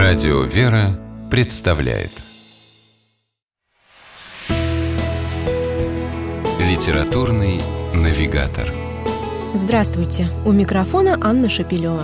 Радио «Вера» представляет Литературный навигатор. Здравствуйте! У микрофона Анна Шапилева.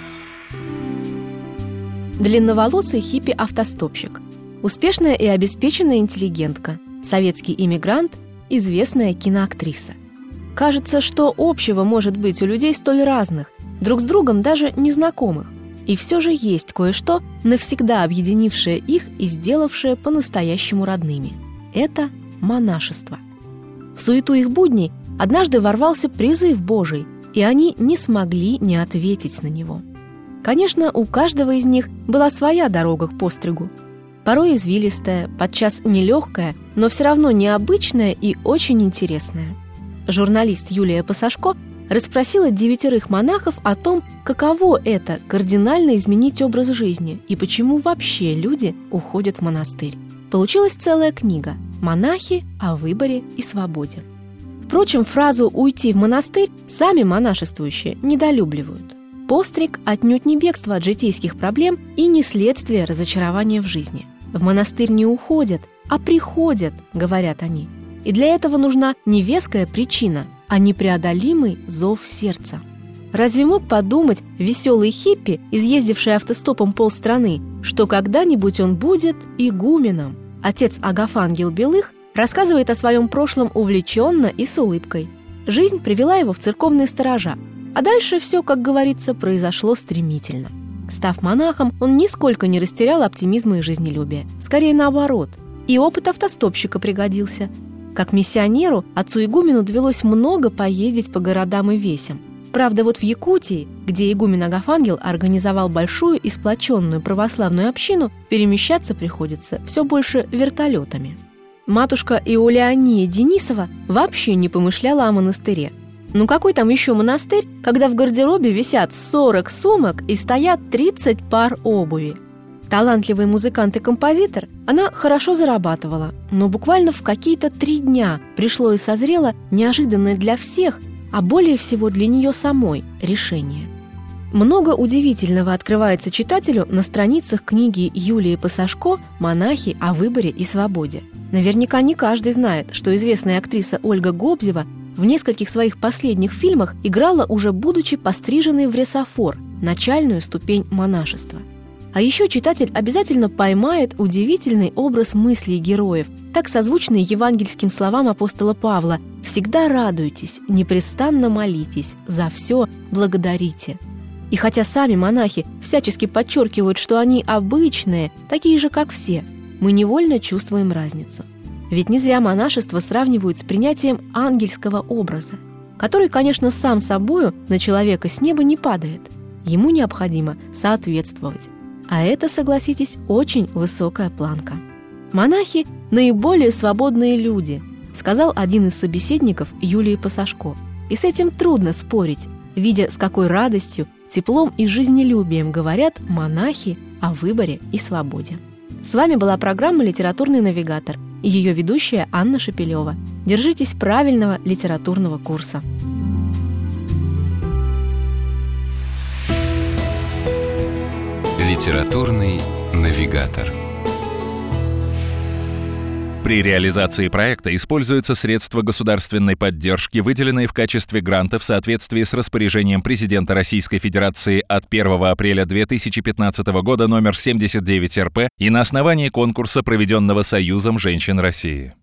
Длинноволосый хиппи-автостопщик, успешная и обеспеченная интеллигентка, советский иммигрант, известная киноактриса. Кажется, что общего может быть у людей столь разных, друг с другом даже незнакомых. И все же есть кое-что, навсегда объединившее их и сделавшее по-настоящему родными. Это монашество. В суету их будней однажды ворвался призыв Божий, и они не смогли не ответить на него. Конечно, у каждого из них была своя дорога к постригу. Порой извилистая, подчас нелегкая, но все равно необычная и очень интересная. Журналист Юлия Пасашко расспросила 9 монахов о том, каково это кардинально изменить образ жизни и почему вообще люди уходят в монастырь. Получилась целая книга «Монахи о выборе и свободе». Впрочем, фразу «уйти в монастырь» сами монашествующие недолюбливают. Постриг отнюдь не бегство от житейских проблем и не следствие разочарования в жизни. В монастырь не уходят, а приходят, говорят они. И для этого нужна не веская причина, а непреодолимый зов сердца. Разве мог подумать веселый хиппи, изъездивший автостопом полстраны, что когда-нибудь он будет игуменом? Отец Агафангел Белых рассказывает о своем прошлом увлеченно и с улыбкой. Жизнь привела его в церковные сторожа, а дальше все, как говорится, произошло стремительно. Став монахом, он нисколько не растерял оптимизма и жизнелюбия. Скорее наоборот. И опыт автостопщика пригодился. Как миссионеру, отцу-игумену довелось много поездить по городам и весям. Правда, вот в Якутии, где игумен Агафангел организовал большую и сплоченную православную общину, перемещаться приходится все больше вертолетами. Матушка Иулиания Денисова вообще не помышляла о монастыре. Ну какой там еще монастырь, когда в гардеробе висят 40 сумок и стоят 30 пар обуви? Талантливый музыкант и композитор, она хорошо зарабатывала, но буквально в какие-то 3 дня пришло и созрело неожиданное для всех, а более всего для нее самой решение. Много удивительного открывается читателю на страницах книги Юлии Пасашко «Монахи о выборе и свободе». Наверняка не каждый знает, что известная актриса Ольга Гобзева в нескольких своих последних фильмах играла уже будучи постриженной в ресофор, начальную ступень монашества. А еще читатель обязательно поймает удивительный образ мыслей героев, так созвучный евангельским словам апостола Павла: «Всегда радуйтесь, непрестанно молитесь, за все благодарите». И хотя сами монахи всячески подчеркивают, что они обычные, такие же, как все, мы невольно чувствуем разницу. Ведь не зря монашество сравнивают с принятием ангельского образа, который, конечно, сам собою на человека с неба не падает. Ему необходимо соответствовать. А это, согласитесь, очень высокая планка. «Монахи – наиболее свободные люди», сказал один из собеседников Юлии Пасашко. И с этим трудно спорить, видя, с какой радостью, теплом и жизнелюбием говорят монахи о выборе и свободе. С вами была программа «Литературный навигатор» и ее ведущая Анна Шапилева. Держитесь правильного литературного курса. Литературный навигатор. При реализации проекта используются средства государственной поддержки, выделенные в качестве гранта в соответствии с распоряжением президента Российской Федерации от 1 апреля 2015 года номер 79 РП и на основании конкурса, проведенного Союзом женщин России.